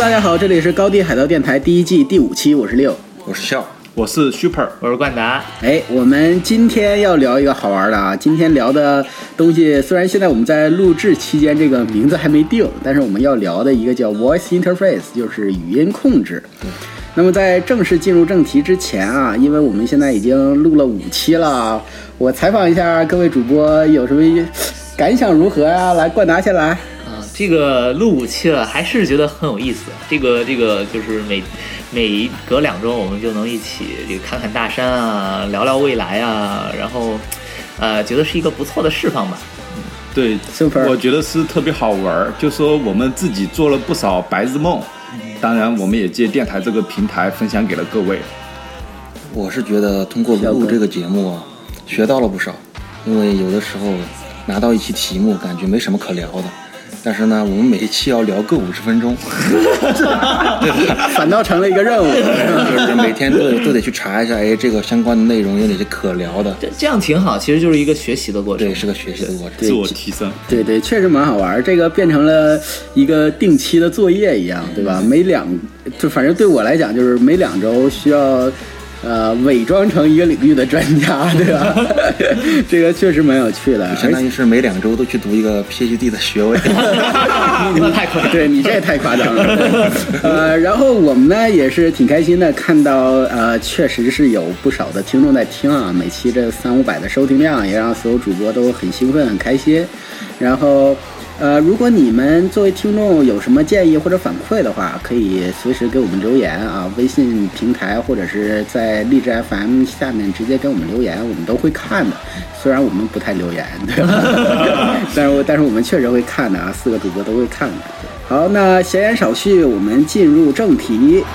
大家好，这里是高地海盗电台第1季第5期，我是六， 我是笑， 我是 Super， 我是冠达。 我们今天要聊一个好玩的啊！今天聊的东西，虽然现在我们在录制期间这个名字还没定，但是我们要聊的一个叫 Voice Interface， 就是语音控制。那么在正式进入正题之前啊，因为我们现在已经录了5期了，我采访一下各位主播有什么感想如何呀？来，冠达先来。 这个录5期了，还是觉得很有意思。这个就是每隔2周我们就能一起这个看看大山啊，聊聊未来啊，然后觉得是一个不错的释放吧。 对 Super， 我觉得是特别好玩，就说我们自己做了不少白日梦，当然我们也借电台这个平台分享给了各位。 我是觉得通过录这个节目学到了不少，因为有的时候拿到一期题目感觉没什么可聊的，但是呢，我们每一期要聊个50分钟， 反倒成了一个任务， 就是每天都得去查一下，这个相关的内容有哪些可聊的。 这样挺好，其实就是一个学习的过程。 对，是个学习的过程， 自我提升。 对，确实蛮好玩。这个变成了一个定期的作业一样，对吧？就反正对我来讲，就是每2周需要。伪装成一个领域的专家，对吧？这个确实蛮有趣的， 相当于是每2周都去读一个 PhD 的学位。 你们太夸张， 对你这也太夸张了。然后我们呢也是挺开心的，看到确实是有不少的听众在听啊，每期这300-500的收听量，也让所有主播都很兴奋很开心。然后如果你们作为听众有什么建议或者反馈的话，可以随时给我们留言啊，微信平台或者是在荔枝 FM 下面直接给我们留言，我们都会看的。虽然我们不太留言，对吧？但是我们确实会看的啊，4个主播都会看的。好，那闲言少叙，我们进入正题。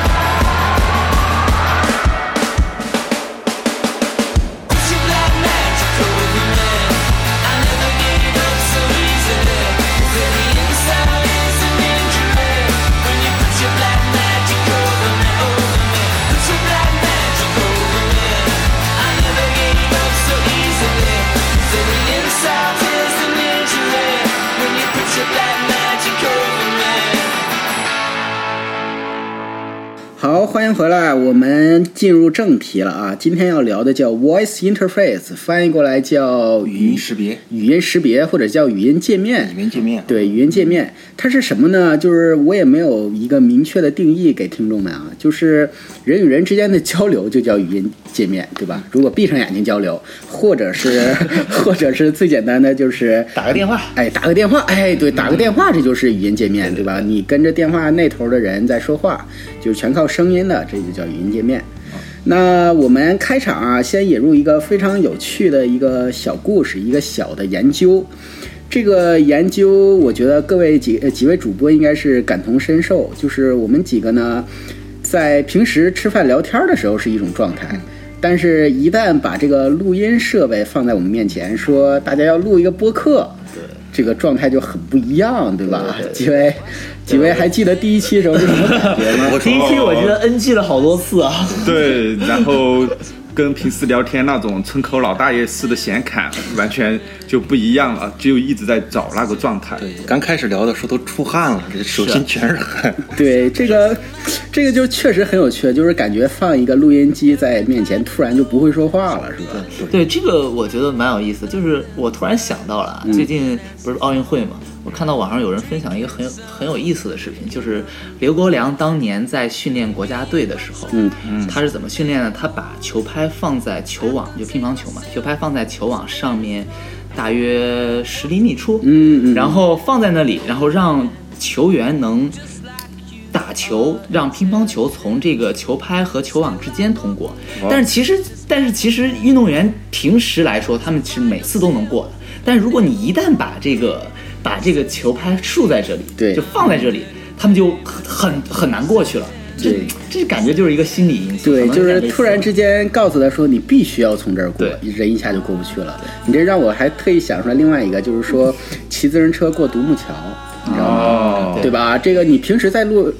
好，欢迎回来，我们进入正题了啊！今天要聊的叫 Voice Interface， 翻译过来叫语音识别或者叫语音界面。对，语音界面，它是什么呢？就是我也没有一个明确的定义给听众们啊，就是人与人之间的交流就叫语音界面，对吧？如果闭上眼睛交流，或者是最简单的就是打个电话， 打个电话，对，打个电话，这就是语音界面，对吧？你跟着电话那头的人在说话，就是全靠声音的，这就叫语音界面。那我们开场啊，先引入一个非常有趣的一个小故事，一个小的研究。这个研究，我觉得各位几位主播应该是感同身受，就是我们几个呢，在平时吃饭聊天的时候是一种状态，但是一旦把这个录音设备放在我们面前，说大家要录一个播客，这个状态就很不一样，对吧？几位还记得第1期的时候是什么感觉吗？ 第1期我觉得 NG 了好多次啊。 对，然后跟平时聊天那种村口老大爷式的闲侃完全就不一样了，就一直在找那个状态。 对，刚开始聊的时候都出汗了，这手心全是汗。 对，这个就确实很有趣，就是感觉放一个录音机在面前，突然就不会说话了，是吧？ 对，这个我觉得蛮有意思。就是我突然想到了，最近不是奥运会嘛，我看到网上有人分享一个很有意思的视频，就是刘国梁当年在训练国家队的时候，他是怎么训练呢？他把球拍放在球网，就乒乓球嘛，球拍放在球网上面大约10厘米处，然后放在那里，然后让球员能打球，让乒乓球从这个球拍和球网之间通过。但是其实运动员平时来说，他们其实每次都能过的。但如果你一旦把这个球拍竖在这里， 对， 就放在这里，他们就很难过去了。这感觉就是一个心理因素。 对，就是突然之间告诉他说你必须要从这儿过，人一下就过不去了。你这让我还特意想出来另外一个，就是说骑自行车过独木桥，你知道吗？对吧？这个你平时在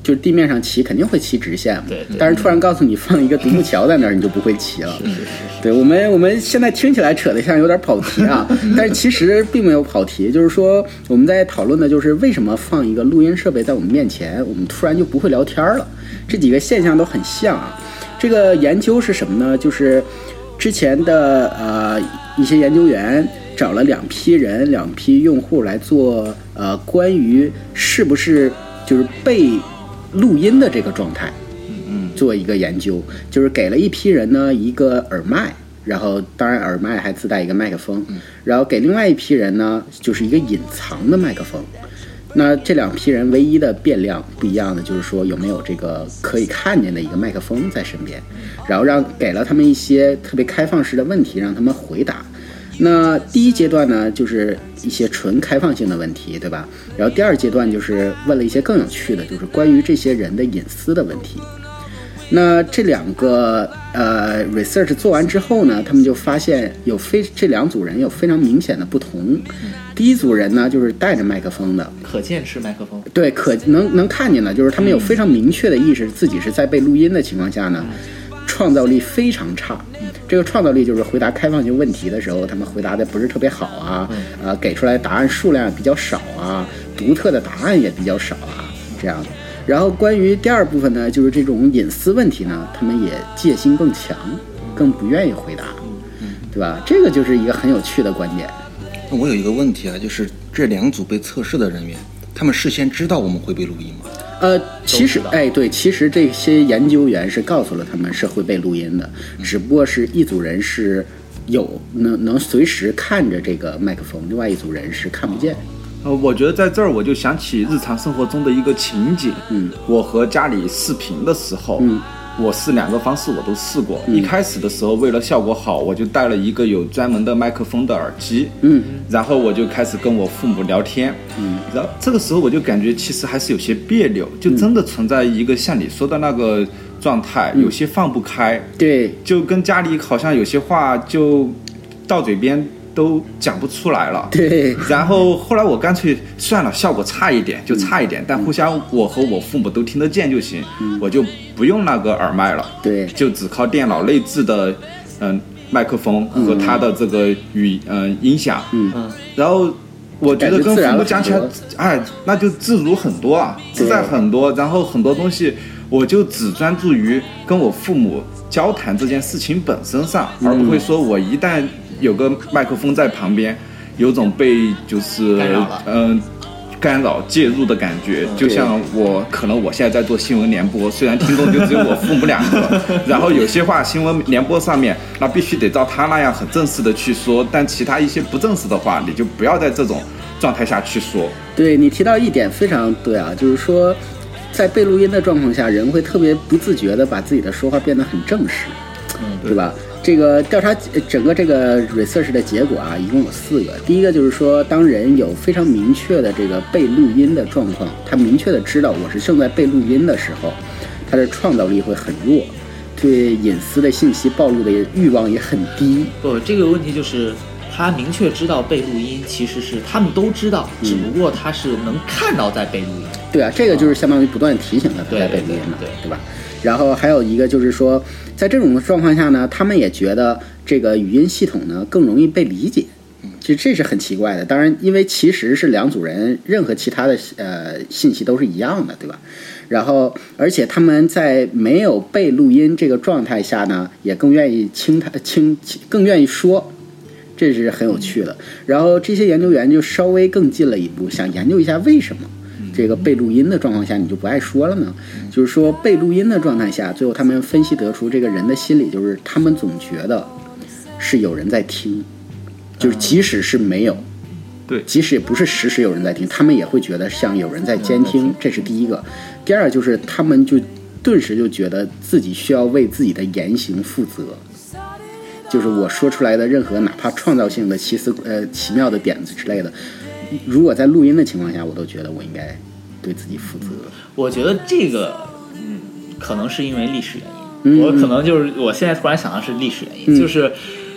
就是地面上骑肯定会骑直线嘛， 对， 但是突然告诉你放一个独木桥在那儿，你就不会骑了。对，我们现在听起来扯得像有点跑题啊，但是其实并没有跑题，就是说我们在讨论的就是为什么放一个录音设备在我们面前，我们突然就不会聊天了。这几个现象都很像啊。这个研究是什么呢？就是之前的一些研究员找了两批用户来做关于是不是就是被录音的这个状态，做一个研究，就是给了一批人呢一个耳麦，然后当然耳麦还自带一个麦克风，然后给另外一批人呢就是一个隐藏的麦克风。那这两批人唯一的变量不一样的就是说有没有这个可以看见的一个麦克风在身边，然后给了他们一些特别开放式的问题让他们回答。那第一阶段呢就是一些纯开放性的问题，对吧？然后第二阶段就是问了一些更有趣的，就是关于这些人的隐私的问题。那这两个research 做完之后呢，他们就发现这两组人有非常明显的不同。第一组人呢就是带着麦克风的， 可见式麦克风， 对，能看见的，就是他们有非常明确的意识自己是在被录音的情况下呢，创造力非常差。这个创造力就是回答开放性问题的时候，他们回答的不是特别好啊，给出来答案数量比较少啊，独特的答案也比较少啊，这样的。然后关于第二部分呢，就是这种隐私问题呢，他们也戒心更强，更不愿意回答，对吧？这个就是一个很有趣的观点。 那我有一个问题啊，就是这两组被测试的人员，他们事先知道我们会被录音吗？ 其实对，其实这些研究员是告诉了他们是会被录音的，只不过是一组人是有能随时看着这个麦克风，另外一组人是看不见。 我觉得在这儿我就想起日常生活中的一个情景，我和家里视频的时候，我试两个方式我都试过。一开始的时候为了效果好，我就带了一个有专门的麦克风的耳机，然后我就开始跟我父母聊天，然后这个时候我就感觉其实还是有些别扭，就真的存在一个像你说的那个状态，有些放不开， 对， 就跟家里好像有些话就到嘴边都讲不出来了， 对。 然后后来我干脆算了，效果差一点就差一点，但互相我和我父母都听得见就行，我就不用那个耳麦了， 对， 就只靠电脑内置的麦克风和它的这个音响，然后我觉得跟父母讲起来，那就自如很多啊，自在很多，然后很多东西我就只专注于跟我父母交谈这件事情本身上，而不会说我一旦有个麦克风在旁边，有种被就是干扰介入的感觉，就像可能我现在在做新闻联播，虽然听众就只有我父母两个，然后有些话新闻联播上面那必须得照他那样很正式的去说，但其他一些不正式的话，你就不要在这种状态下去说。对， 你提到一点非常对啊，就是说在被录音的状况下，人会特别不自觉的把自己的说话变得很正式，对吧？这个调查整个这个 research 的结果啊，一共有4个。第一个就是说，当人有非常明确的这个被录音的状况，他明确的知道我是正在被录音的时候，他的创造力会很弱，对隐私的信息暴露的欲望也很低。 这个问题就是他明确知道被录音，其实是他们都知道，只不过他是能看到在被录音。 对啊，这个就是相当于不断提醒他在被录音嘛，对吧？然后还有一个就是说，在这种状况下呢，他们也觉得这个语音系统呢更容易被理解，其实这是很奇怪的。当然，因为其实是两组人，任何其他的信息都是一样的，对吧？然后，而且他们在没有被录音这个状态下呢，也更愿意更愿意说，这是很有趣的。然后这些研究员就稍微更进了一步，想研究一下为什么这个被录音的状况下你就不爱说了呢？就是说被录音的状态下，最后他们分析得出这个人的心理就是他们总觉得是有人在听，就是即使是没有， 对， 即使也不是实时有人在听，他们也会觉得像有人在监听，这是第一个。第二就是他们就顿时就觉得自己需要为自己的言行负责，就是我说出来的任何哪怕创造性的奇妙的点子之类的，如果在录音的情况下，我都觉得我应该对自己负责。 我觉得这个可能是因为历史原因，我可能就是我现在突然想到是历史原因，就是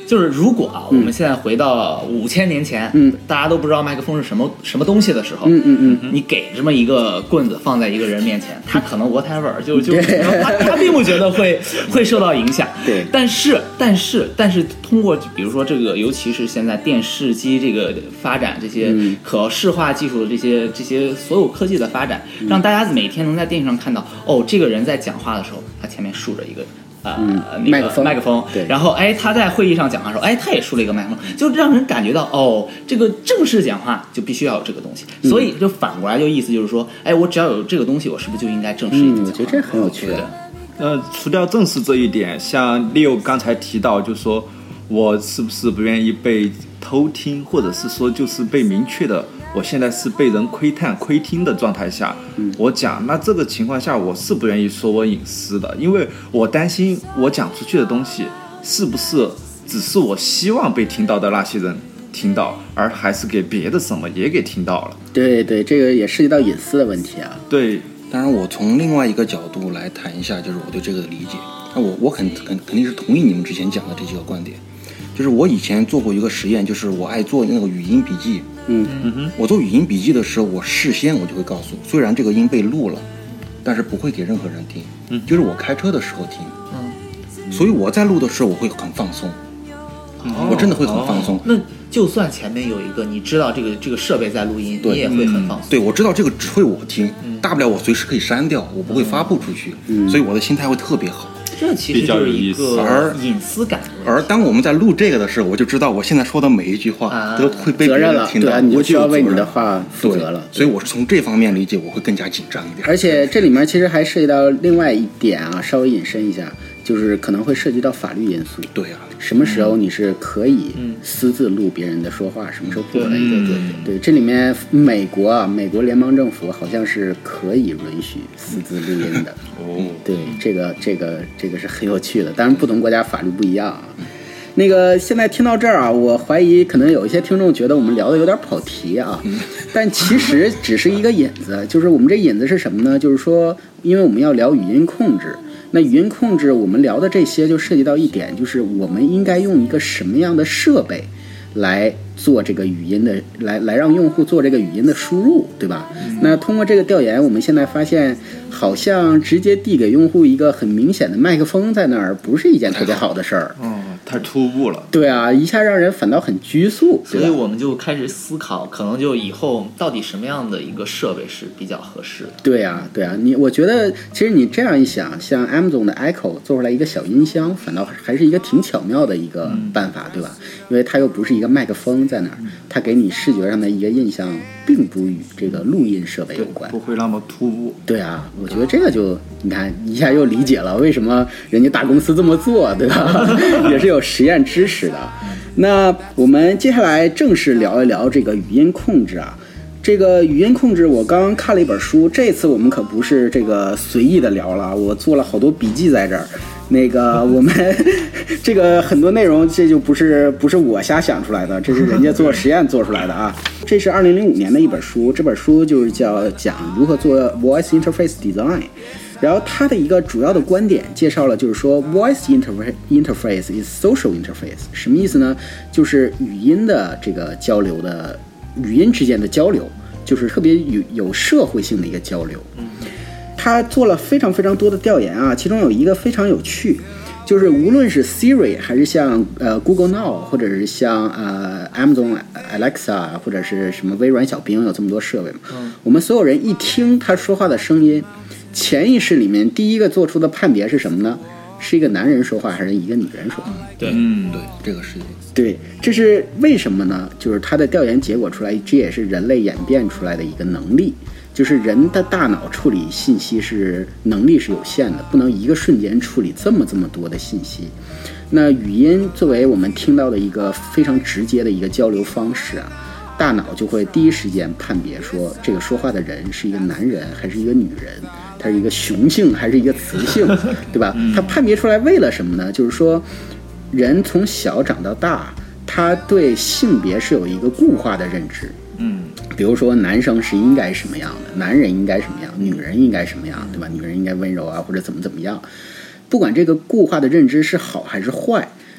就是如果我们现在回到5000年前，大家都不知道麦克风是什么东西的时候，你给这么一个棍子放在一个人面前，他可能 whatever 就他并不觉得会受到影响。 对， 但是通过比如说这个，尤其是现在电视机这个发展，这些可视化技术的这些所有科技的发展，让大家每天能在电视上看到，这个人在讲话的时候，他前面竖着一个。那个麦克风， 对， 然后他在会议上讲话的时候，他也竖了一个麦克风，就让人感觉到这个正式讲话就必须要有这个东西，所以就反过来就意思就是说，我只要有这个东西，我是不是就应该正式一点讲话？ 我觉得这很有趣的。 除掉正式这一点，像 Leo 刚才提到，就是说我是不是不愿意被偷听，或者是说就是被明确的。我现在是被人窥探、窥听的状态下，我讲，那这个情况下我是不愿意说我隐私的，因为我担心我讲出去的东西是不是只是我希望被听到的那些人听到，而还是给别的什么也给听到了。 对，这个也涉及到隐私的问题啊。 对， 当然我从另外一个角度来谈一下，就是我对这个的理解。那我肯定是同意你们之前讲的这几个观点。就是我以前做过一个实验，就是我爱做那个语音笔记。我做语音笔记的时候，我事先我就会告诉，虽然这个音被录了，但是不会给任何人听。就是我开车的时候听。所以我在录的时候我会很放松。我真的会很放松。 那就算前面有一个你知道这个设备在录音，你也会很放松。 对，我知道这个只会我听，大不了我随时可以删掉，我不会发布出去。所以我的心态会特别好。 这其实就是一个隐私感的问题。 而当我们在录这个的时候，我就知道我现在说的每一句话都会被别人听到， 你就需要为你的话负责了。 所以我是从这方面理解，我会更加紧张一点。 而且这里面其实还涉及到另外一点啊，稍微引申一下，就是可能会涉及到法律因素。 对啊， 什么时候你是可以私自录别人的说话，什么时候不可以？对，这里面美国联邦政府好像是可以允许私自录音的。对，这个是很有趣的，当然不同国家法律不一样啊。那个现在听到这儿啊，我怀疑可能有一些听众觉得我们聊的有点跑题啊，但其实只是一个引子。就是我们这引子是什么呢？就是说，因为我们要聊语音控制，那语音控制我们聊的这些就涉及到一点，就是我们应该用一个什么样的设备来做这个语音的，来让用户做这个语音的输入，对吧？那通过这个调研，我们现在发现，好像直接递给用户一个很明显的麦克风在那儿，不是一件特别好的事儿。 太突兀了。 对啊，一下让人反倒很拘束。 所以我们就开始思考，可能就以后到底什么样的一个设备是比较合适的。 对啊，我觉得其实你这样一想，像 Amazon 的 Echo 做出来一个小音箱，反倒还是一个挺巧妙的一个办法，对吧？因为它又不是一个麦克风在那儿，它给你视觉上的一个印象，并不与这个录音设备有关， 不会那么突兀。 对啊，我觉得这个就你看一下又理解了为什么人家大公司这么做，对吧？也是有实验知识的。那我们接下来正式聊一聊这个语音控制啊。这个语音控制我刚刚看了一本书，这次我们可不是这个随意的聊了，我做了好多笔记在这儿。那个我们这个很多内容这就不是我瞎想出来的，这是人家做实验做出来的啊。这是2005年的一本书，这本书就是讲如何做 voice interface design。然后它的一个主要的观点介绍了，就是说 voice interface is social interface， 什么意思呢？就是语音的这个交流的语音之间的交流，就是特别有社会性的一个交流。他做了非常非常多的调研啊，其中有一个非常有趣，就是无论是 Siri 还是像Google Now， 或者是像Amazon Alexa， 或者是什么微软小冰，有这么多设备嘛，我们所有人一听他说话的声音，潜意识里面第一个做出的判别是什么呢？是一个男人说话还是一个女人说话？ 对， 对，这个是对，这是为什么呢？就是他的调研结果出来，这也是人类演变出来的一个能力。就是人的大脑处理信息能力是有限的，不能一个瞬间处理这么多的信息。那语音作为我们听到的一个非常直接的一个交流方式啊，大脑就会第一时间判别说这个说话的人是一个男人还是一个女人，他是一个雄性还是一个雌性，对吧？他判别出来为了什么呢？就是说人从小长到大，他对性别是有一个固化的认知。比如说男生是应该什么样的，男人应该什么样，女人应该什么样，对吧？女人应该温柔啊，或者怎么样。不管这个固化的认知是好还是坏，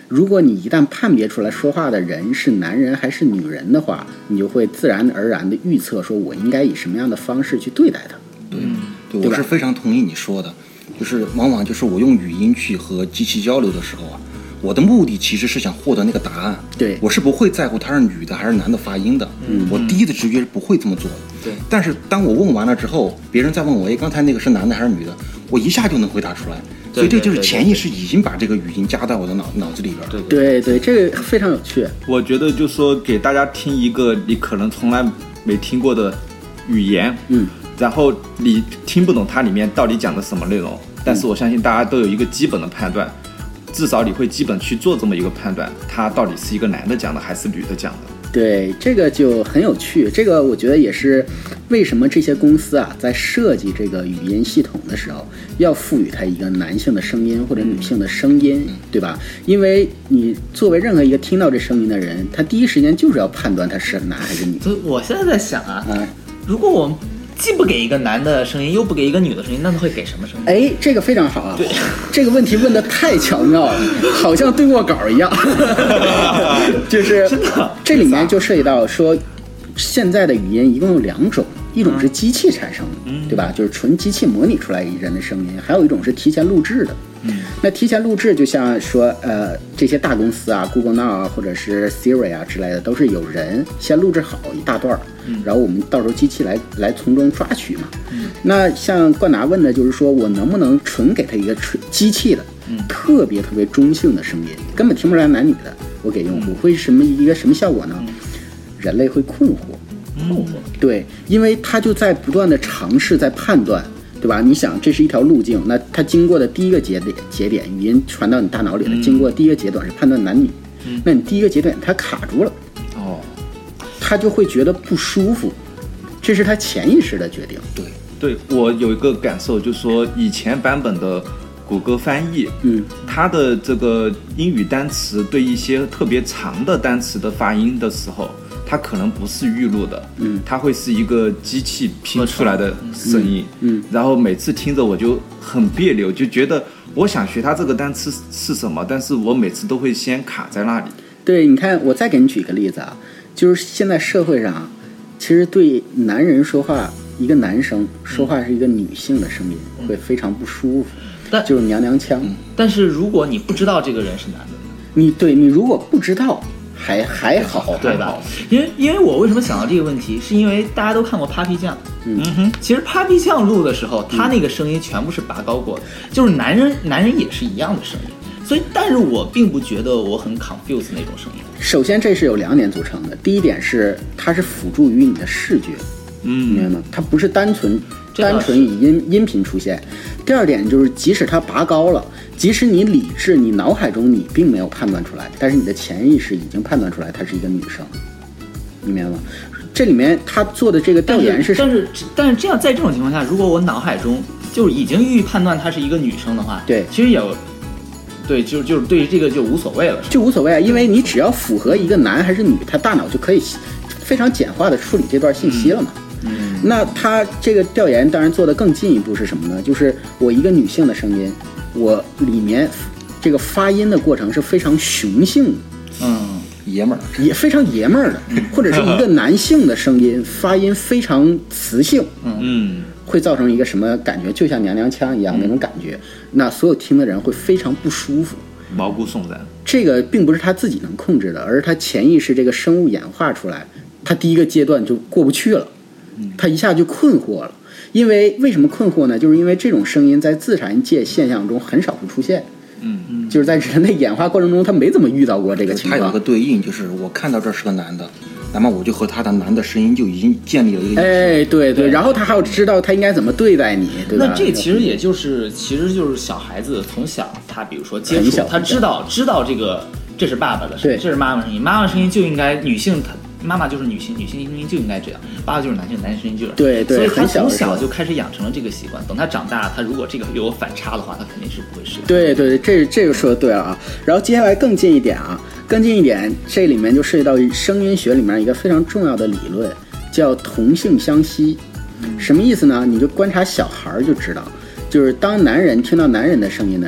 如果你一旦判别出来说话的人是男人还是女人的话，你就会自然而然的预测说我应该以什么样的方式去对待他。 对，我是非常同意你说的，就是往往就是我用语音去和机器交流的时候啊，我的目的其实是想获得那个答案。 对， 我是不会在乎他是女的还是男的发音的。我第一的直觉是不会这么做的。 对， 但是当我问完了之后，别人再问我，刚才那个是男的还是女的，我一下就能回答出来。所以这就是潜意识已经把这个语音加在我的脑子里边。 对，这个非常有趣。 我觉得就说给大家听一个你可能从来没听过的语言，然后你听不懂它里面到底讲的什么内容，但是我相信大家都有一个基本的判断，至少你会基本去做这么一个判断，它到底是一个男的讲的还是女的讲的。 对，这个就很有趣。这个我觉得也是为什么这些公司啊，在设计这个语音系统的时候，要赋予它一个男性的声音或者女性的声音，对吧？因为你作为任何一个听到这声音的人，他第一时间就是要判断他是男还是女。 所以我现在在想啊，如果我们既不给一个男的声音，又不给一个女的声音，那他会给什么声音？ 哎，这个非常好啊！对，这个问题问得太巧妙了，好像对过稿一样。就是真的， 这里面就涉及到说，现在的语音一共有2种，一种是机器产生的，对吧？就是纯机器模拟出来人的声音，还有一种是提前录制的。那提前录制就像说，这些大公司啊 ，Google Now 啊，或者是 Siri 啊之类的，都是有人先录制好一大段，然后我们到时候机器来从中抓取嘛。那像冠达问的就是说我能不能纯给他一个机器的，特别中性的声音，根本听不出来男女的，我给用户会一个什么效果呢？人类会困惑。对，因为他就在不断的尝试，在判断。对吧？你想，这是一条路径，那它经过的第一个节点，语音传到你大脑里了，经过第一个阶段是判断男女，那你第一个阶段它卡住了，他就会觉得不舒服，这是他潜意识的决定。 对，我有一个感受，就是说以前版本的谷歌翻译，它的这个英语单词对一些特别长的单词的发音的时候，它可能不是预录的，它会是一个机器拼出来的声音，然后每次听着我就很别扭，就觉得我想学它这个单词是什么，但是我每次都会先卡在那里。 对，你看，我再给你举个例子啊，就是现在社会上，其实对男人说话，一个男生说话是一个女性的声音，会非常不舒服，就是娘娘腔。 但是如果你不知道这个人是男的， 你如果不知道。还好， 对吧？因为我为什么想到这个问题，是因为大家都看过 Papi 酱，其实 Papi 酱录的时候，他那个声音全部是拔高过的，就是男人也是一样的声音，所以但是我并不觉得我很 confuse 那种声音。 首先这是有2点组成的，第一点是它是辅助于你的视觉，明白吗？它不是单纯以音频出现。第二点就是，即使它拔高了，即使你理智，你脑海中你并没有判断出来，但是你的潜意识已经判断出来，它是一个女生，你明白吗？这里面他做的这个调研是， 但是这样，在这种情况下，如果我脑海中就已经预判断她是一个女生的话， 对， 其实也对，就是对于这个就无所谓了， 就无所谓啊，因为你只要符合一个男还是女，他大脑就可以非常简化的处理这段信息了嘛。那他这个调研当然做得更进一步是什么呢？就是我一个女性的声音，我里面这个发音的过程是非常雄性的， 爷们儿也非常爷们儿的，或者是一个男性的声音，发音非常磁性，会造成一个什么感觉？就像娘娘腔一样那种感觉，那所有听的人会非常不舒服， 毛骨悚然。 这个并不是他自己能控制的，而是他潜意识这个生物演化出来，他第一个阶段就过不去了。他一下就困惑了，因为什么困惑呢？就是因为这种声音在自然界现象中很少会出现，就是在人类演化过程中，他没怎么遇到过这个情况。 他有个对应，就是我看到这是个男的，那么我就和他的男的声音就已经建立了一个。 哎，对，然后他还要知道他应该怎么对待你，对吧？ 那这其实就是小孩子从小他比如说接触，他知道这个这是爸爸的声音，这是妈妈声音，妈妈声音就应该女性妈妈就是女性声音就应该这样，爸爸就是男性声音就是对， 所以他从小就开始养成了这个习惯。等他长大，他如果这个有反差的话，他肯定是不会适应。 对，这个说的对了啊。然后接下来更近一点，这里面就涉及到声音学里面一个非常重要的理论，叫同性相吸。什么意思呢？你就观察小孩就知道，就是当男人听到男人的声音的时候，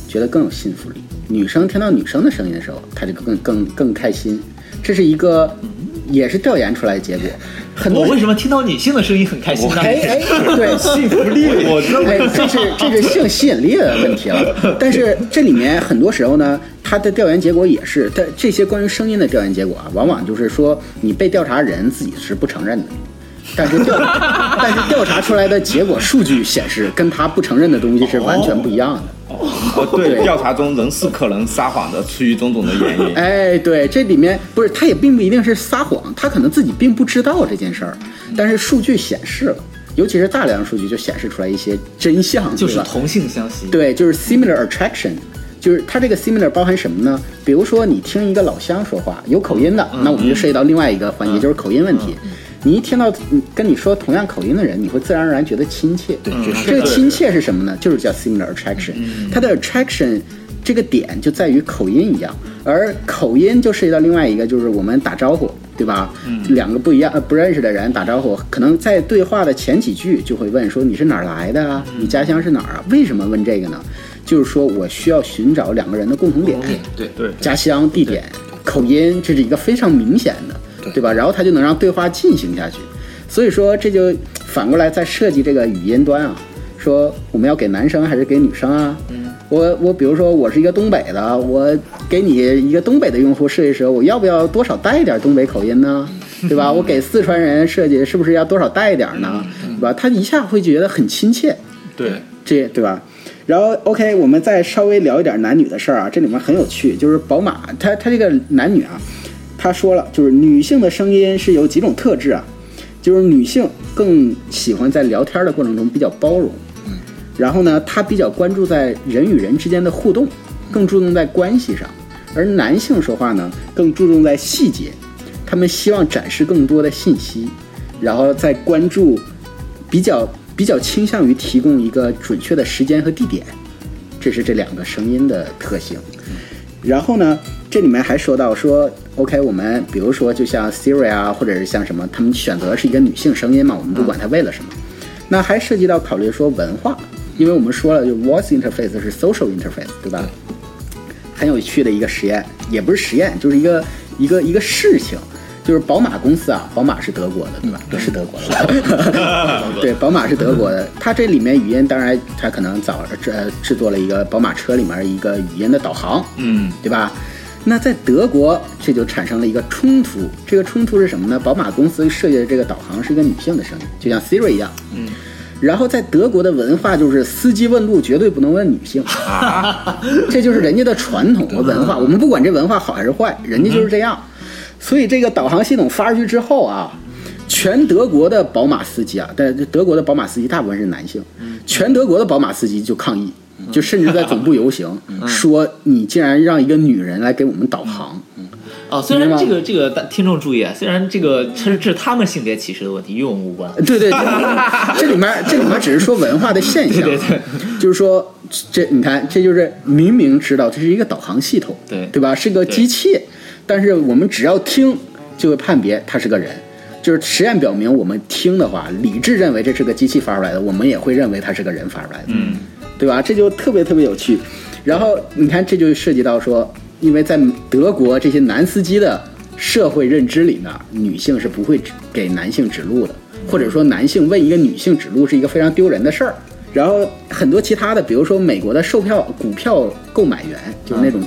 觉得更有信服力，女生听到女生的声音的时候，她就更开心。这是一个也是调研出来的结果。很多我为什么听到女性的声音很开心呢？ 对， 幸福力，我认为这是性吸引力的问题了。但是这里面很多时候呢，它的调研结果也是，它这些关于声音的调研结果啊，往往就是说你被调查人自己是不承认的。但是调查出来的结果数据显示，跟他不承认的东西是完全不一样的。 对，调查中人是可能撒谎的，出于种种的原因。 对，这里面不是他也并不一定是撒谎，他可能自己并不知道这件事儿，但是数据显示了，尤其是大量数据就显示出来一些真相， 就是同性相吸。 对，就是 similar attraction。就是它这个 similar 包含什么呢？比如说你听一个老乡说话有口音的，那我们就涉及到另外一个环节，就是口音问题。你一听到跟你说同样口音的人，你会自然而然觉得亲切。 对， 这个亲切是什么呢？就是叫 similar attraction。它的 attraction 这个点就在于口音一样，而口音就涉及到另外一个，就是我们打招呼，对吧？两个不一样不认识的人打招呼，可能在对话的前几句就会问说你是哪儿来的啊？你家乡是哪儿啊？为什么问这个呢？就是说我需要寻找两个人的共同点， 对， 家乡、地点、口音，这是一个非常明显的，对吧？然后它就能让对话进行下去。所以说这就反过来再设计这个语音端啊，说我们要给男生还是给女生啊？我比如说我是一个东北的，我给你一个东北的用户设计时候，我要不要多少带一点东北口音呢？对吧？我给四川人设计是不是要多少带一点呢？对吧？他一下会觉得很亲切。对吧？然后 OK， 我们再稍微聊一点男女的事儿啊，这里面很有趣，就是宝马它这个男女啊，他说了，就是女性的声音是有几种特质啊，就是女性更喜欢在聊天的过程中比较包容，然后呢，她比较关注在人与人之间的互动，更注重在关系上，而男性说话呢更注重在细节，他们希望展示更多的信息，然后再关注比较倾向于提供一个准确的时间和地点，这是这两个声音的特性。然后呢，这里面还说到说 OK， 我们比如说就像 Siri 啊，或者是像什么，他们选择是一个女性声音嘛，我们不管它为了什么。那还涉及到考虑说文化，因为我们说了，就 voice interface 是 social interface， 对吧？很有趣的一个实验，也不是实验，就是一个事情。就是宝马公司啊，宝马是德国的，对吧？是德国的，对，宝马是德国的。它这里面语音，当然它可能制作了一个宝马车里面一个语音的导航，对吧？那在德国这就产生了一个冲突，这个冲突是什么呢？宝马公司设计的这个导航是一个女性的声音，就像 Siri 一样，然后在德国的文化就是司机问路绝对不能问女性，这就是人家的传统和文化。我们不管这文化好还是坏，人家就是这样。所以这个导航系统发出去之后啊，全德国的宝马司机啊，但德国的宝马司机大部分是男性，全德国的宝马司机就抗议，就甚至在总部游行，说你竟然让一个女人来给我们导航。 虽然这个听众注意啊，虽然这是他们性别歧视的问题，与我们无关。 对，这里面只是说文化的现象，对，就是说你看，这就是明明知道这是一个导航系统，对吧？是个机器。但是我们只要听就会判别它是个人，就是实验表明，我们听的话，理智认为这是个机器发出来的，我们也会认为它是个人发出来的，对吧？这就特别特别有趣。然后你看，这就涉及到说，因为在德国这些男司机的社会认知里面，女性是不会给男性指路的，或者说男性为一个女性指路是一个非常丢人的事儿。然后很多其他的，比如说美国的股票购买员，就是那种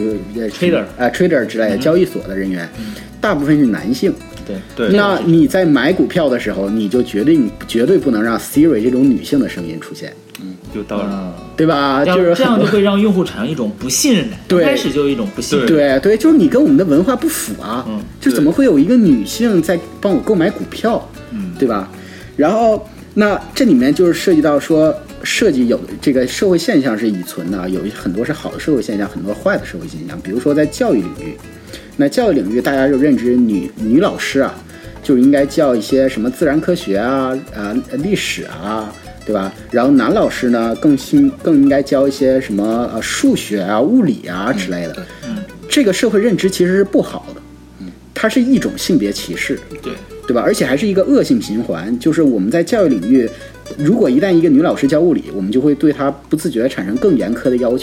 trader 之类的交易所的人员，大部分是男性。 对。 那你在买股票的时候，你就绝对不能让 Siri 这种女性的声音出现。 有道理， 对吧？就是这样就会让用户产生一种不信任感， 对， 开始就有一种不信任。 对，就是你跟我们的文化不符啊，就怎么会有一个女性在帮我购买股票，对吧？然后那这里面就是涉及到说，设计有这个社会现象是已存的，有很多是好的社会现象，很多坏的社会现象。比如说在教育领域，那教育领域大家就认知女老师啊，就应该教一些什么自然科学啊、历史啊，对吧？然后男老师呢更应该教一些什么数学啊、物理啊之类的。这个社会认知其实是不好的，它是一种性别歧视，对吧？而且还是一个恶性循环，就是我们在教育领域，如果一旦一个女老师教物理，我们就会对她不自觉地产生更严苛的要求，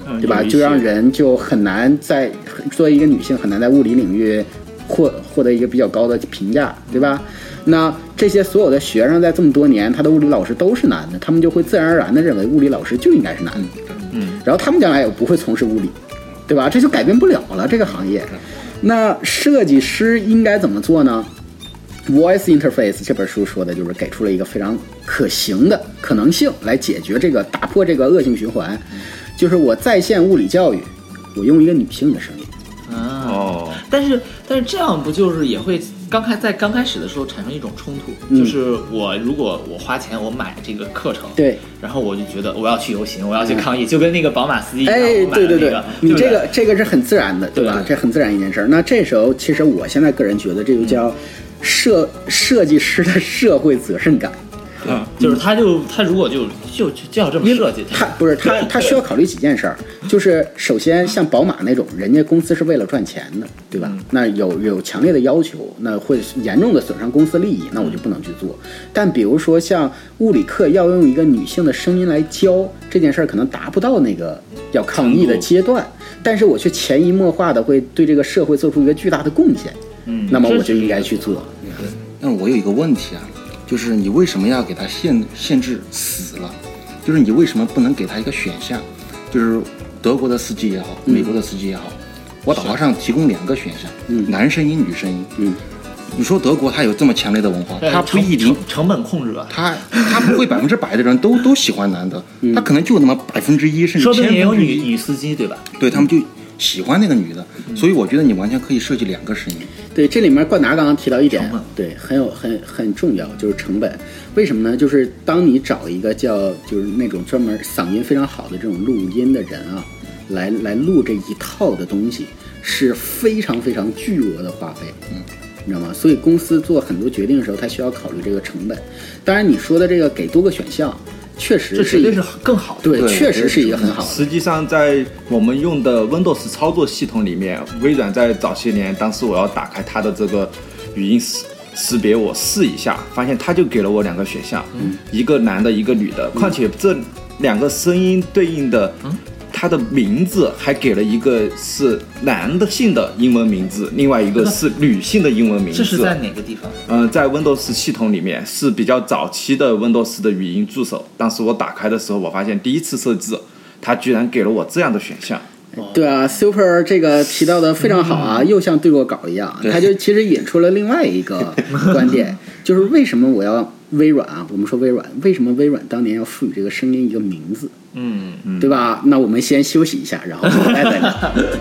对吧？就让人就很难在作为一个女性很难在物理领域获得一个比较高的评价，对吧？那这些所有的学生在这么多年，他的物理老师都是男的，他们就会自然而然的认为物理老师就应该是男的，然后他们将来也不会从事物理，对吧？这就改变不了了这个行业。那设计师应该怎么做呢？ Voice Interface 这本书说的就是给出了一个非常可行的可能性来解决这个打破这个恶性循环，就是我在线物理教育，我用一个女性的声音。 但是这样不就是也会在刚开始的时候产生一种冲突，就是如果我花钱我买这个课程， 对， 然后我就觉得我要去游行，我要去抗议，就跟那个宝马司机一样， 对，你这个是很自然的，对吧？这很自然一件事。那这时候其实我现在个人觉得这就叫设计师的社会责任感。 就是他如果就要这么设计， 他需要考虑几件事儿，就是首先像宝马那种，人家公司是为了赚钱的，对吧？那有强烈的要求，那会严重的损伤公司利益，那我就不能去做。但比如说像物理课要用一个女性的声音来教这件事儿，可能达不到那个要抗议的阶段，但是我却潜移默化的会对这个社会做出一个巨大的贡献，那么我就应该去做。 但我有一个问题啊。就是你为什么要给他限制死了？就是你为什么不能给他一个选项？就是德国的司机也好，美国的司机也好，我导航上提供2个选项，男声音、女声音。你说德国它有这么强烈的文化，它不一定成本控制吧？ 它不会100%的人都喜欢男的，他可能就那么1%甚至说不定也有女司机，对吧？ 对，他们就喜欢那个女的，所以我觉得你完全可以设计2个声音。 对，这里面冠达刚刚提到一点，对，很重要，就是成本。为什么呢？就是当你找一个就是那种专门嗓音非常好的这种录音的人啊，来录这一套的东西，是非常非常巨额的花费，你知道吗？所以公司做很多决定的时候，它需要考虑这个成本。当然，你说的这个给多个选项。确实这绝对是更好的， 对，确实是一个很好的。 实际上，在我们用的 Windows 操作系统里面，微软在早些年，当时我要打开它的这个语音识别，我试一下，发现它就给了我2个选项，一个男的，一个女的，况且这2个声音对应的。他的名字还给了一个是男的性的英文名字，另外一个是女性的英文名字。 这是在哪个地方？ 在 Windows 系统里面是比较早期的 Windows 的语音助手。当时我打开的时候，我发现第一次设置，它居然给了我这样的选项。 对啊 ，Super 这个提到的非常好啊，又像对过稿一样，他就其实引出了另外一个观点，就是为什么我要微软啊？我们说微软，为什么微软当年要赋予这个声音一个名字？对吧？那我们先休息一下，然后回来再聊。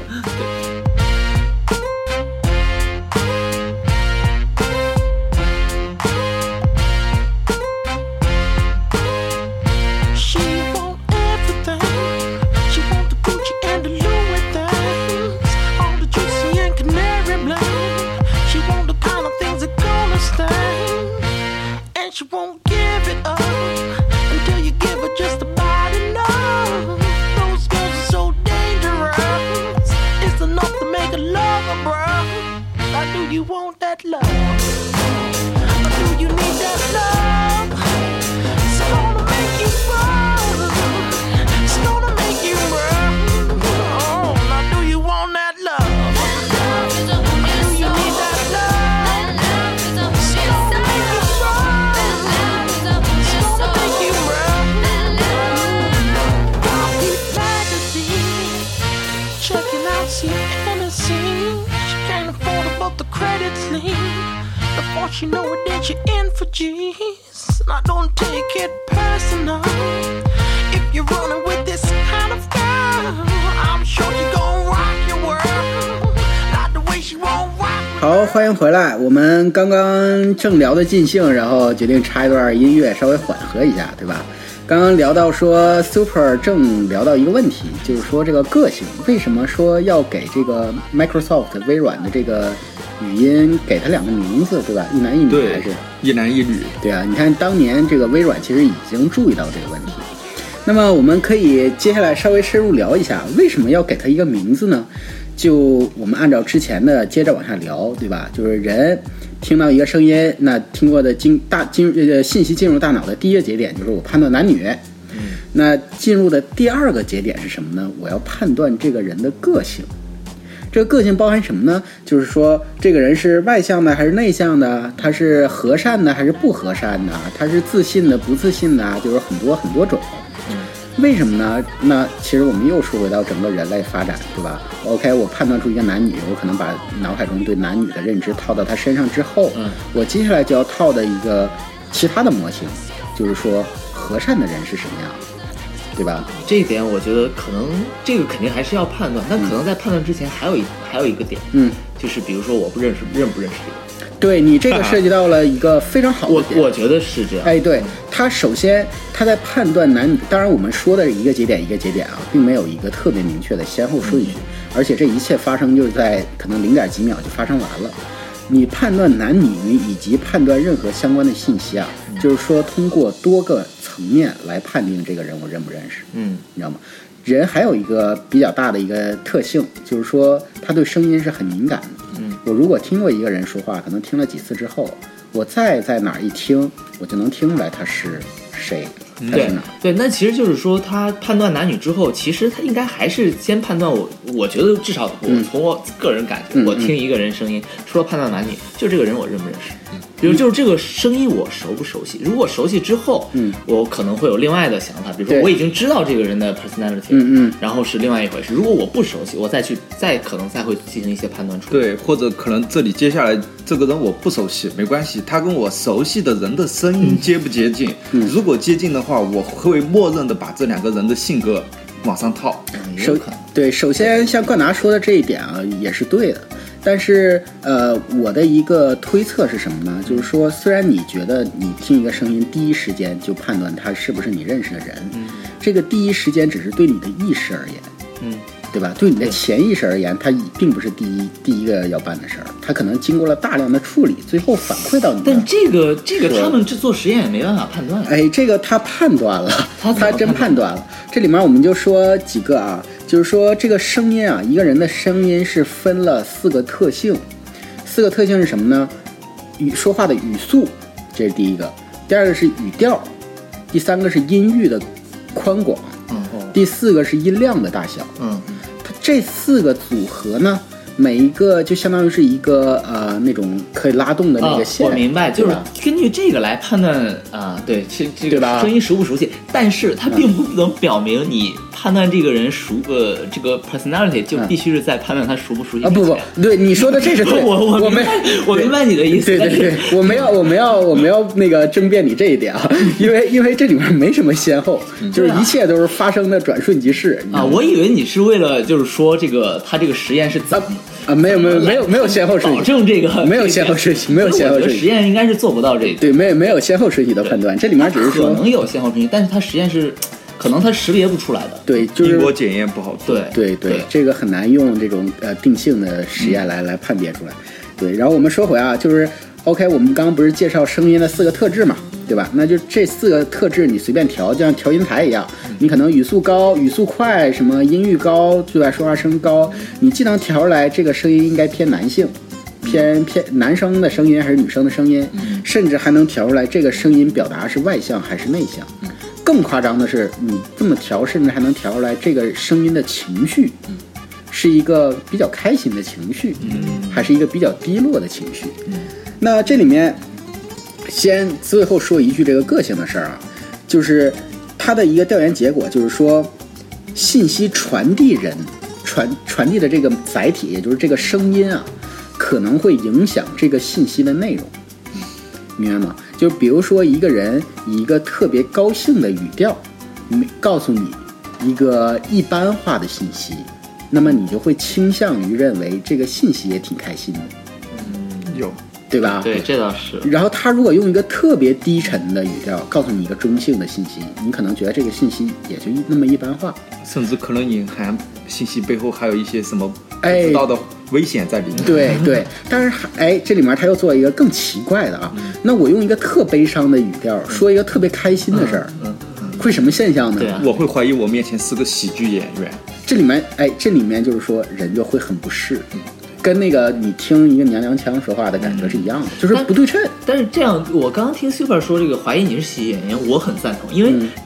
She know it that you're in for G's. I don't take it personal. If you're running with this kind of girl, I'm sure she's gonna rock your world. Not the way she won't rock. 好，欢迎回来。我们刚刚正聊得尽兴，然后决定插一段音乐，稍微缓和一下，对吧？刚刚聊到说 Super 正聊到一个问题，就是说这个个性，为什么说要给这个 Microsoft 微软的这个语音给他2个名字，对吧？一男一女还是一男一女？对啊，你看当年这个微软其实已经注意到这个问题。那么我们可以接下来稍微深入聊一下，为什么要给他一个名字呢？就我们按照之前的接着往下聊，对吧？就是人听到一个声音，那听过的信息进入大脑的第一个节点就是我判断男女。 那进入的第2个节点是什么呢？我要判断这个人的个性。这个个性包含什么呢？就是说这个人是外向的还是内向的，他是和善的还是不和善的，他是自信的不自信的，就是很多种。为什么呢？那其实我们又说回到整个人类发展，对吧 ？OK， 我判断出一个男女，我可能把脑海中对男女的认知套到他身上之后，我接下来就要套的一个其他的模型，就是说和善的人是什么样，对吧？ 这一点我觉得可能这个肯定还是要判断，但可能在判断之前还有一个点，就是比如说我不认识这个人。 对，你这个涉及到了一个非常好的点， 我觉得是这样。 哎，对，他首先他在判断男女，当然我们说的一个节点啊，并没有一个特别明确的先后顺序，而且这一切发生就是在可能0.几秒就发生完了。你判断男女以及判断任何相关的信息啊，就是说通过多个层面来判定这个人我认不认识，你知道吗？人还有一个比较大的一个特性，就是说他对声音是很敏感的。我如果听过一个人说话，可能听了几次之后，我再在哪儿一听，我就能听出来他是谁，他是哪。 对，那其实就是说，他判断男女之后，其实他应该还是先判断我觉得至少我从我个人感觉，我听一个人声音，除了判断男女，就这个人我认不认识。比如就是这个声音我熟不熟悉，如果熟悉之后，我可能会有另外的想法，比如说我已经知道这个人的 personality，然后是另外一回事。如果我不熟悉，我可能再会进行一些判断处理。 对，或者可能这里接下来这个人我不熟悉，没关系，他跟我熟悉的人的声音接不接近？如果接近的话，我会默认的把这2个人的性格往上套。 首先像冠达说的这一点啊，也是对的。但是我的一个推测是什么呢？就是说，虽然你觉得你听一个声音第一时间就判断他是不是你认识的人，这个第一时间只是对你的意识而言，对吧？对你的潜意识而言，它并不是第一个要办的事儿，它可能经过了大量的处理，最后反馈到你。 但这个他们做实验也没办法判断。 哎，这个他判断了，他真判断了。这里面我们就说几个啊，就是说这个声音啊，一个人的声音是分了4个特性，4个特性是什么呢？说话的语速，这是第一个；第2个是语调；第3个是音域的宽广；第4个是音量的大小。它这4个组合呢，每一个就相当于是一个那种可以拉动的那个线。 我明白，就是根据这个来判断对，这个声音熟不熟悉，但是它并不能表明你判断这个人这个 personality 就必须是在判断他熟不熟悉啊！不，对你说的这是对， 我明白你的意思。 对，我们要那个争辩你这一点啊，因为这里面没什么先后，就是一切都是发生的转瞬即逝啊！我以为你是为了就是说他这个实验是怎么没有先后顺序， 保证这个没有先后顺序，没有先后顺序。 实验应该是做不到这个。 对，没有先后顺序的判断，这里面只是说可能有先后顺序，但是它实验是。可能它识别不出来的， 对，就是因果检验不好做， 对，这个很难用这种定性的实验来判别出来。对，然后我们说回啊，就是 OK， 我们刚刚不是介绍声音的4个特质嘛，对吧？那就这4个特质你随便调，就像调音台一样，你可能语速高、语速快，什么音域高，对吧？说话声高，你既能调出来这个声音应该偏男性。偏男生的声音还是女生的声音，甚至还能调出来这个声音表达是外向还是内向。更夸张的是，你这么调，甚至还能调出来这个声音的情绪，是一个比较开心的情绪，还是一个比较低落的情绪。那这里面先最后说一句这个个性的事儿啊，就是他的一个调研结果，就是说信息传递人传递的这个载体，也就是这个声音啊，可能会影响这个信息的内容，明白吗？就比如说一个人以一个特别高兴的语调告诉你一个一般化的信息，那么你就会倾向于认为这个信息也挺开心的。 有， 对吧？ 对，这倒是。 然后他如果用一个特别低沉的语调告诉你一个中性的信息，你可能觉得这个信息也就那么一般化， 甚至可能隐含信息背后还有一些什么不知道的危险在里面。 对，但是这里面他又做一个更奇怪的啊，那我用一个特悲伤的语调说一个特别开心的事儿，会什么现象呢？ 我会怀疑我面前是个喜剧演员。 这里面就是说人就会很不适。跟那个你听一个娘娘腔说话的感觉是一样的，就是不对称。 但是这样，我刚刚听 Super 说这个怀疑你是喜剧演员，我很赞同，因为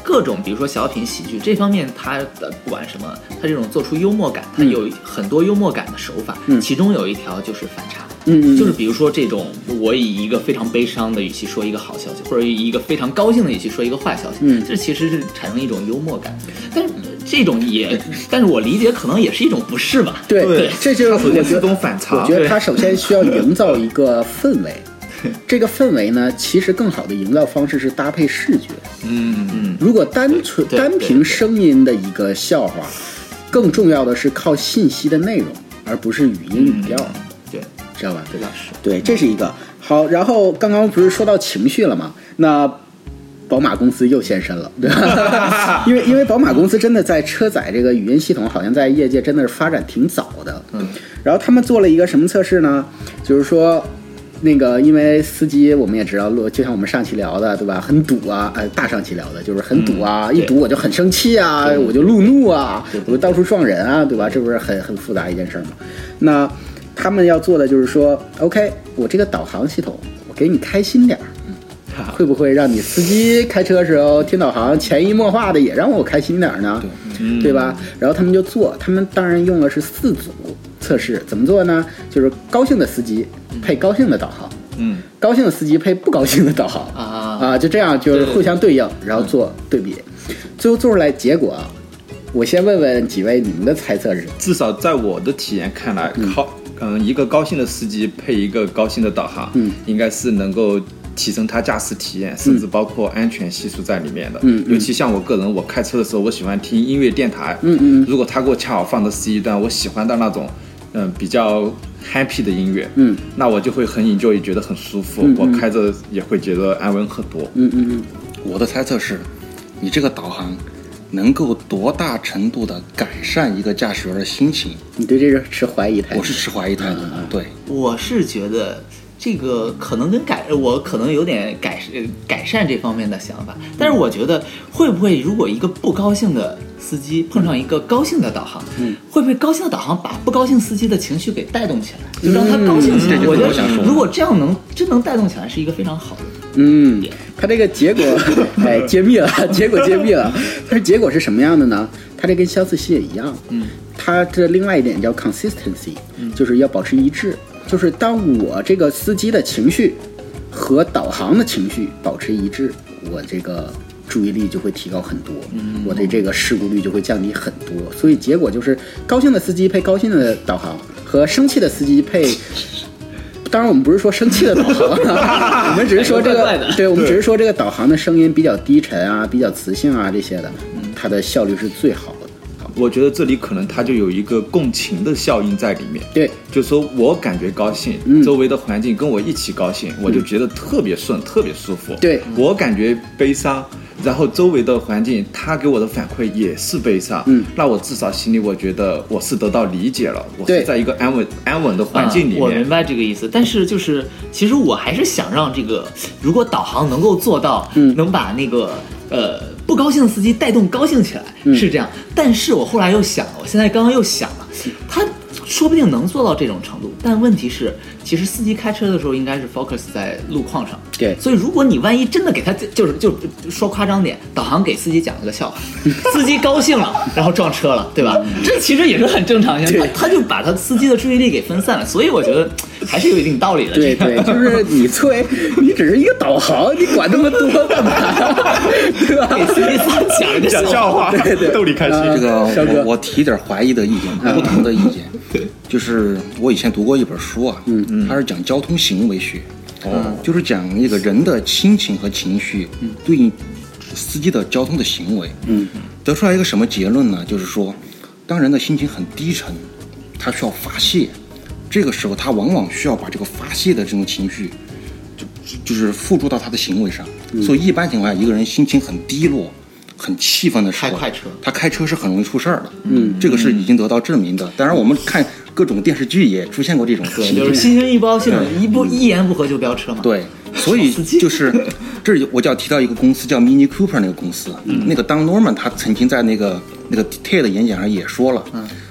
各种比如说小品、喜剧这方面，它的不管什么，它这种做出幽默感，它有很多幽默感的手法，其中有一条就是反差。就是比如说这种，我以一个非常悲伤的语气说一个好消息，或者以一个非常高兴的语气说一个坏消息，这其实是产生一种幽默感。但是这种但是我理解可能也是一种不适吧。 对，这就是我觉得这种反差。 我觉得它首先需要营造一个氛围，这个氛围呢，其实更好的营造方式是搭配视觉。如果单凭声音的一个笑话，更重要的是靠信息的内容，而不是语音语调。知道吧？对，这是一个好。然后刚刚不是说到情绪了吗？那宝马公司又现身了，对吧？因为宝马公司真的在车载这个语音系统，好像在业界真的是发展挺早的。然后他们做了一个什么测试呢？就是说，那个因为司机我们也知道，就像我们上期聊的，对吧？很堵啊，大上期聊的就是很堵啊，一堵我就很生气啊，我就路怒啊，我就到处撞人啊，对吧？这不是很复杂一件事吗？那他们要做的就是说 OK， 我这个导航系统我给你开心点，会不会让你司机开车的时候听导航潜移默化的也让我开心点呢？对吧？然后他们就做，他们当然用的是4组测试，怎么做呢？就是高兴的司机配高兴的导航，高兴的司机配不高兴的导航就这样就是互相对应，然后做对比，最后做出来结果我先问问几位你们的猜测是什么？ 至少在我的体验看来，一个高兴的司机配一个高兴的导航，应该是能够提升他驾驶体验，甚至包括安全系数在里面的。尤其像我个人，我开车的时候，我喜欢听音乐电台。如果他给我恰好放的是一段我喜欢的那种，比较 happy 的音乐，那我就会很 enjoy， 觉得很舒服。我开着也会觉得安稳很多。 我的猜测是，你这个导航能够多大程度的改善一个驾驶员的心情？你对这个持怀疑态度？ 我是持怀疑态度。对， 我是觉得这个可能我可能有点改善这方面的想法，但是我觉得会不会如果一个不高兴的司机碰上一个高兴的导航，会不会高兴的导航把不高兴司机的情绪给带动起来，就让他高兴起来？我觉得如果这样真能带动起来，是一个非常好的。 他这个结果揭秘了，结果它是结果是什么样的呢？它这跟相似系也一样，它这另外一点叫 consistency，就是要保持一致，就是当我这个司机的情绪和导航的情绪保持一致，我这个注意力就会提高很多，我的这个事故率就会降低很多。所以结果就是高兴的司机配高兴的导航，和生气的司机配。当然，我们不是说生气的导航，我们只是说这个，对，我们只是说这个导航的声音比较低沉啊，比较磁性啊这些的，它的效率是最好的。 我觉得这里可能它就有一个共情的效应在里面。 对， 就是说我感觉高兴，周围的环境跟我一起高兴，我就觉得特别顺，特别舒服。 对， 我感觉悲伤，然后周围的环境他给我的反馈也是悲伤，那我至少心里我觉得我是得到理解了，我是在一个安稳的环境里面。 我明白这个意思，但是就是其实我还是想让这个，如果导航能够做到，能把那个不高兴的司机带动高兴起来，是这样。但是我后来又想了，我现在刚刚又想了，他说不定能做到这种程度，但问题是，其实司机开车的时候应该是 focus 在路况上。 对， 所以如果你万一真的给他就说夸张点，导航给司机讲了个笑话，司机高兴了，然后撞车了，对吧？这其实也是很正常的，他就把他司机的注意力给分散了，所以我觉得还是有一定道理的。 对，就是你你只是一个导航，你管那么多干嘛？对吧？ 给司机讲笑话，对，逗你开心。 这个我提点怀疑的意见，不同的意见。就是我以前读过一本书啊，它是讲交通行为学，就是讲一个人的心情和情绪对应司机的交通的行为，得出来一个什么结论呢？就是说，当人的心情很低沉，他需要发泄，这个时候他往往需要把这个发泄的这种情绪，就是付诸到他的行为上。所以一般情况下，一个人心情很低落、很气愤的时候，他开车是很容易出事儿的。这个是已经得到证明的。当然，我们看各种电视剧也出现过这种， 对，就是心情一不高兴，一言不合就飙车嘛。 对，所以就是这我就要提到一个公司叫 Mini Cooper 那个公司，那个 Don Norman 他曾经在那个 TED 演讲上也说了，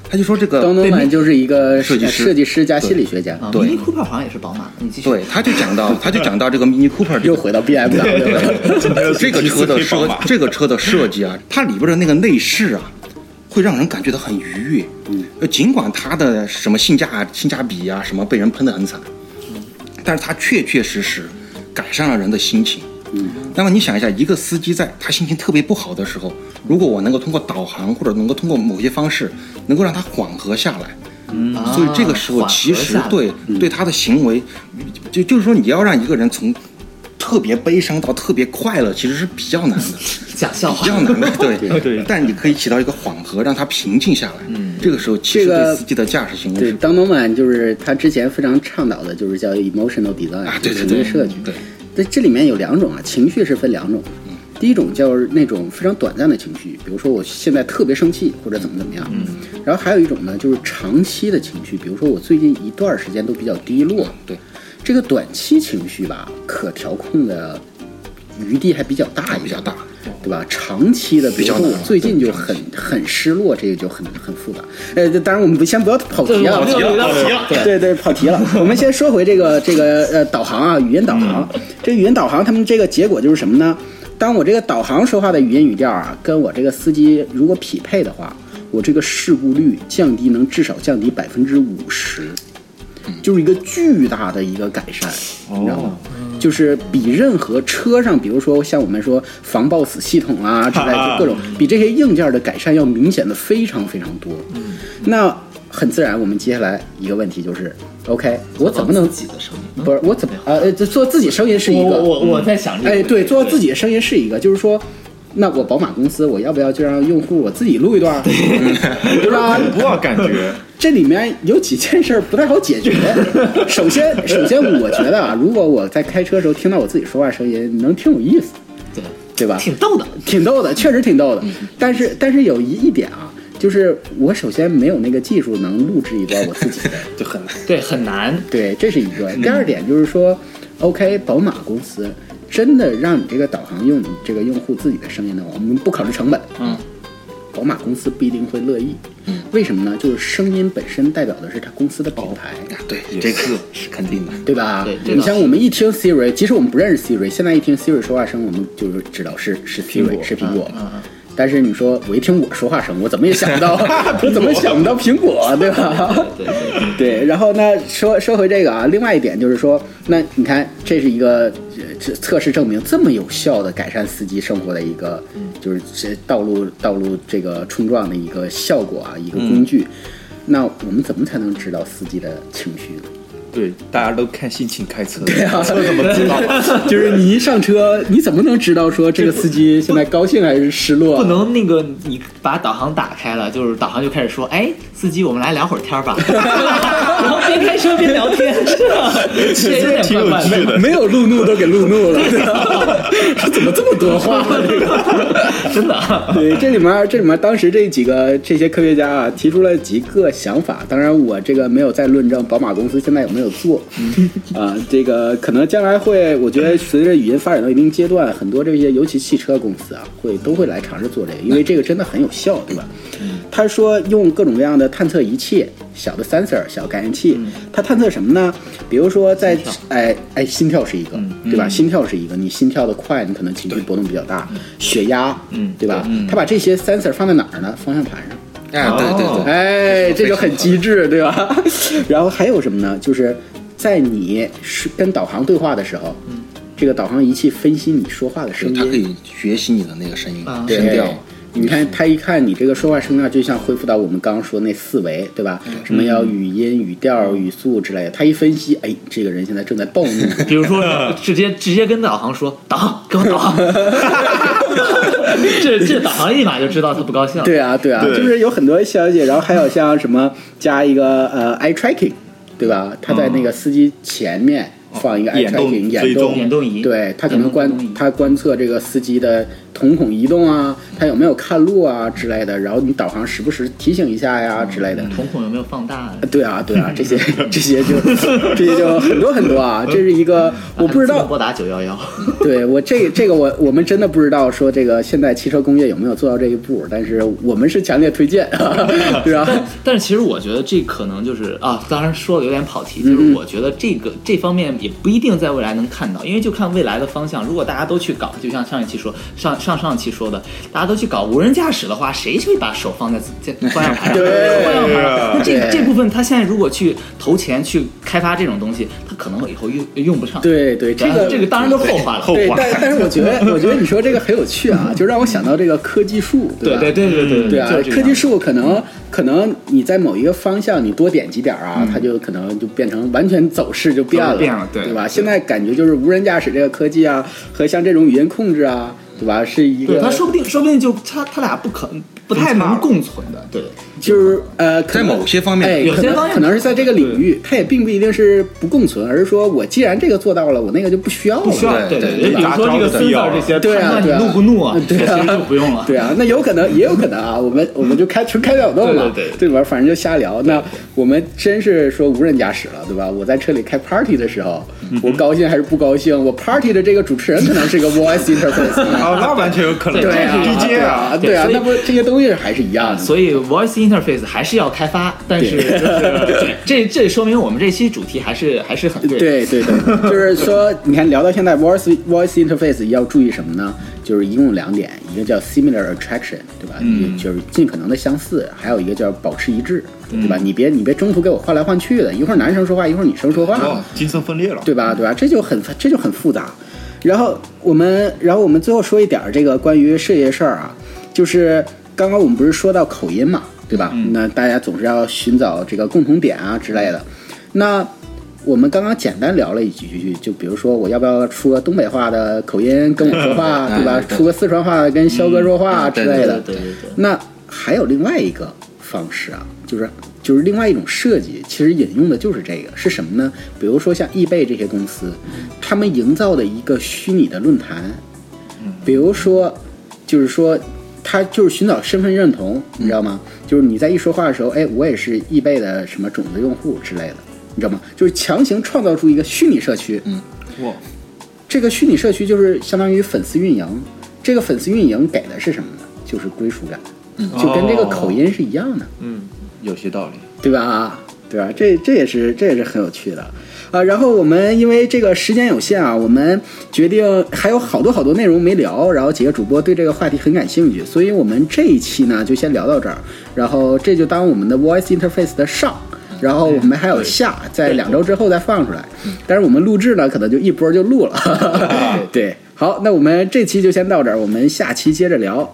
他就说这个 Don Norman 就是一个设计师加心理学家。 对 ，Mini Cooper 好像也是宝马的，你继续。 对，他就讲到这个 Mini Cooper 又回到 BMW 这个车的设计啊，它里边的那个内饰啊，会让人感觉到很愉悦。尽管它的什么性价比啊，什么被人喷得很惨，但是它确实改善了人的心情。那么你想一下，一个司机在他心情特别不好的时候，如果我能够通过导航或者能够通过某些方式，能够让他缓和下来，所以这个时候其实对他的行为，就是说你要让一个人从特别悲伤到特别快乐，其实是比较难的， 讲笑话比较难的，对。但你可以起到一个缓和，让他平静下来。这个时候其实对司机的驾驶行为， 对，Don Norman就是他之前非常倡导的，就是叫 emotional design 情绪设计。对，这里面有两种啊，情绪是分两种。第一种叫那种非常短暂的情绪，比如说我现在特别生气或者怎么样。然后还有一种呢，就是长期的情绪，比如说我最近一段时间都比较低落。 对， 这个短期情绪吧，可调控的余地还比较大，对吧？长期的，比如说我最近就很失落，这个就很复杂。当然我们先不要跑题啊，对，跑题了。我们先说回这个导航啊，语音导航。这个语音导航，他们这个结果就是什么呢？当我这个导航说话的语音语调啊，跟我这个司机如果匹配的话，我这个事故率能至少降低50%，就是一个巨大的一个改善，你知道吗？就是比任何车上，比如说像我们说防抱死系统啊之类的各种，比这些硬件的改善要明显的非常非常多。那很自然，我们接下来一个问题就是 ，OK， 我怎么能自己的声音？ 不是我怎么做自己声音是一个， 我在想这个， 对，做自己的声音是一个，就是说。那我宝马公司，我要不要就让用户我自己录一段？对吧？ 恐怖啊，感觉这里面有几件事不太好解决。首先，我觉得啊，如果我在开车的时候听到我自己说话声音，能挺有意思，对吧？挺逗的，确实挺逗的。但是有一点啊，就是我首先没有那个技术能录制一段我自己的， 就很难。 对，很难。 对，这是一个。第二点就是说 ，OK， 宝马公司。真的让你这个导航用你这个用户自己的声音的话，我们不考虑成本，宝马公司不一定会乐意，为什么呢？就是声音本身代表的是它公司的品牌， 对，这个是肯定的， 对吧？ 对， 你像我们一听 Siri， 即使我们不认识 Siri， 现在一听 Siri 说话声，我们就是知道是 Siri， 是苹果。但是你说我一听我说话声，我怎么也想不到，我怎么想不到苹果，对吧？对。然后呢，说回这个啊，另外一点就是说，那你看，这是一个测试证明这么有效的改善司机生活的一个，就是道路这个冲撞的一个效果啊，一个工具。那我们怎么才能知道司机的情绪呢？ 对，大家都看心情开车。 对啊， 这怎么知道？ 就是你一上车，你怎么能知道说这个司机现在高兴还是失落？ 不能那个你把导航打开了，就是导航就开始说，哎，司机，我们来聊会儿天吧。然后边开车边聊天，这有点怪怪的。 没有路怒都给路怒了，怎么这么多话？ 真的。 对，这里面当时这些科学家啊提出了几个想法，当然我这个没有再论证宝马公司现在有没有做这个可能将来会，我觉得随着语音发展到一定阶段，很多这些尤其汽车公司啊都会来尝试做这个，因为这个真的很有效，对吧？他说用各种各样的探测仪器，小的 sensor 小感应器，它探测什么呢？比如说在心跳是一个，对吧？心跳是一个，你心跳的快，你可能情绪波动比较大，血压，对吧？他把这些 sensor 放在哪儿呢？方向盘上。对，这就很机智，对吧？然后还有什么呢？就是在你跟导航对话的时候，这个导航仪器分析你说话的声音， 它可以学习你的那个声音声调。 你看，它一看你这个说话声调，就像恢复到我们刚刚说那4维，对吧？什么要语音、语调、语速之类的。它一分析，哎，这个人现在正在暴怒。 比如说，直接跟导航说：“导航，给我导航。”这导航立马就知道他不高兴。 对啊，就是有很多消息，然后还有像什么加一个eye tracking，对吧？他在那个司机前面放一个 eye 眼动 tracking 追踪眼动仪， 对，它可能眼动仪它观测这个司机的瞳孔移动啊，他有没有看路啊之类的，然后你导航时不时提醒一下呀之类的。 瞳孔有没有放大啊？ 对啊，这些就很多很多啊，这是一个我不知道拨打911。 对我这个我们真的不知道说这个现在汽车工业有没有做到这一步，但是我们是强烈推荐，对吧？ 但是其实我觉得这可能就是啊，当然说的有点跑题，就是我觉得这方面也不一定在未来能看到，因为就看未来的方向。如果大家都去搞，就像上一期说上期说的，大家都去搞无人驾驶的话，谁会把手放在方向盘上？ 对方向盘上，那这部分他现在如果去投钱去开发这种东西，他可能以后用不上。 对，这个当然都后话了。 对，但是我觉得你说这个很有趣啊，就让我想到这个科技树，对吧？对啊，科技树可能你在某一个方向你多点几点啊，它就可能就变成完全走势就变了，对吧？现在感觉就是无人驾驶这个科技啊，和像这种语音控制啊，对吧？是一个， 对，它说不定就他俩不太能共存的，对， 就是在某些方面， 有些方面可能是在这个领域，它也并不一定是不共存，而是说我既然这个做到了，我那个就不需要了， 对， 比如说这个sensor这些， 对啊， 你怒不怒啊？ 对啊， 就不用了， 对啊，那也有可能啊，我们就开表动嘛，对吧？反正就瞎聊。那我们真是说无人驾驶了，对吧？我在车里开 party 的时候，我高兴还是不高兴？我 party 的这个主持人可能是个 voice interface， 那完全有可能， 对啊 DJ 啊， 对啊，那不这些东西还是一样的。 所以 voice interface 还是要开发，但是这说明我们这期主题还是很对，就是说，你看聊到现在 voice interface 要注意什么呢？就是一共有2点，一个叫 similar attraction， 对吧？就是尽可能的相似，还有一个叫保持一致，对吧？你别中途给我换来换去的，一会儿男生说话，一会儿女生说话， 精神分裂了， 对吧？这就很复杂。然后我们最后说一点这个关于这些事儿啊，就是刚刚我们不是说到口音嘛，对吧？那大家总是要寻找这个共同点啊之类的。那我们刚刚简单聊了几句，就比如说我要不要出个东北话的口音跟我说话，对吧？出个四川话的跟肖哥说话之类的。 对。 那还有另外一个方式啊，就是另外一种设计，其实引用的就是这个，是什么呢？比如说像易贝这些公司，他们营造的一个虚拟的论坛，比如说，就是说，他就是寻找身份认同，你知道吗？就是你在一说话的时候，哎，我也是易贝的什么种子用户之类的，你知道吗？就是强行创造出一个虚拟社区。 哇， 这个虚拟社区就是相当于粉丝运营，这个粉丝运营给的是什么呢？就是归属感，就跟这个口音是一样的。 有些道理， 对吧？对吧？这也是很有趣的啊。然后我们因为这个时间有限啊，我们决定还有好多内容没聊，然后几个主播对这个话题很感兴趣，所以我们这一期呢就先聊到这儿，然后这就当我们的 voice interface 的上。然后我们还有下，在2周之后再放出来，但是我们录制呢，可能就一波就录了。对，好，那我们这期就先到这儿，我们下期接着聊。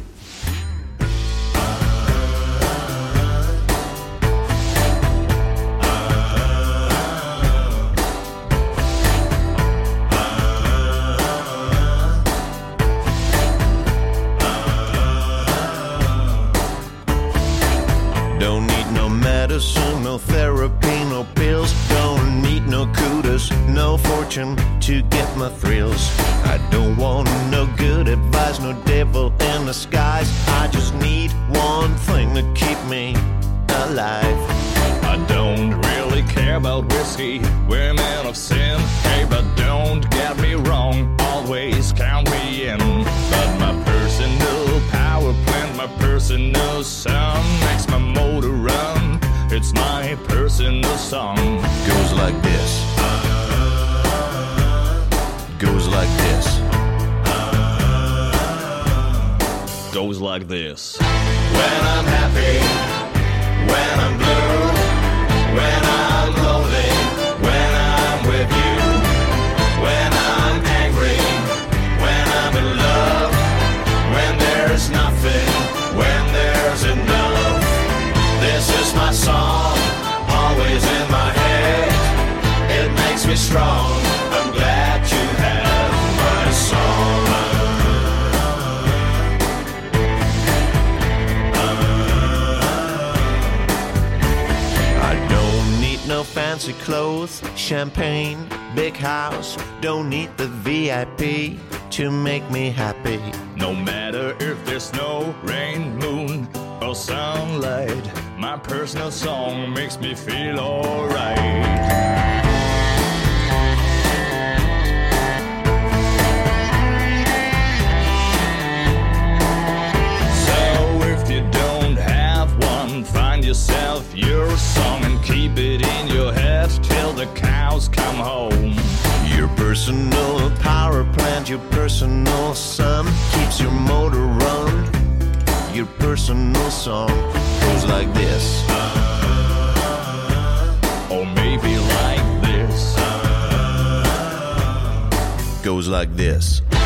Don't need no medicine, no therapy, no pills. Don't need no kudos, no fortune to get my thrills. I don't want no good advice, no devil in disguise. I just need one thing to keep me alive. I don't really care about whiskey, women of sin. Hey, but don't get me wrong, always count me in. But my personal power plant, my personal sun makes my motor run. It's my personal song. Goes like this. Goes like this. Goes like this. When I'm happy, when I'm blue, when I'm lonely, when I'm with you, when I'm angry, when I'm in love, when there's nothing, when there's enough. This is my song, always in my head. It makes me strong. I'm glad you have my song. I don't need no no fancy clothes, champagne, big house. Don't need the VIP to make me happy. No matter if there's snow, rain, moon, or sunlight, my personal song makes me feel alright. Find yourself your song and keep it in your head till the cows come home. Your personal power plant, your personal sun keeps your motor run. Your personal song goes like this, or maybe like this, goes like this.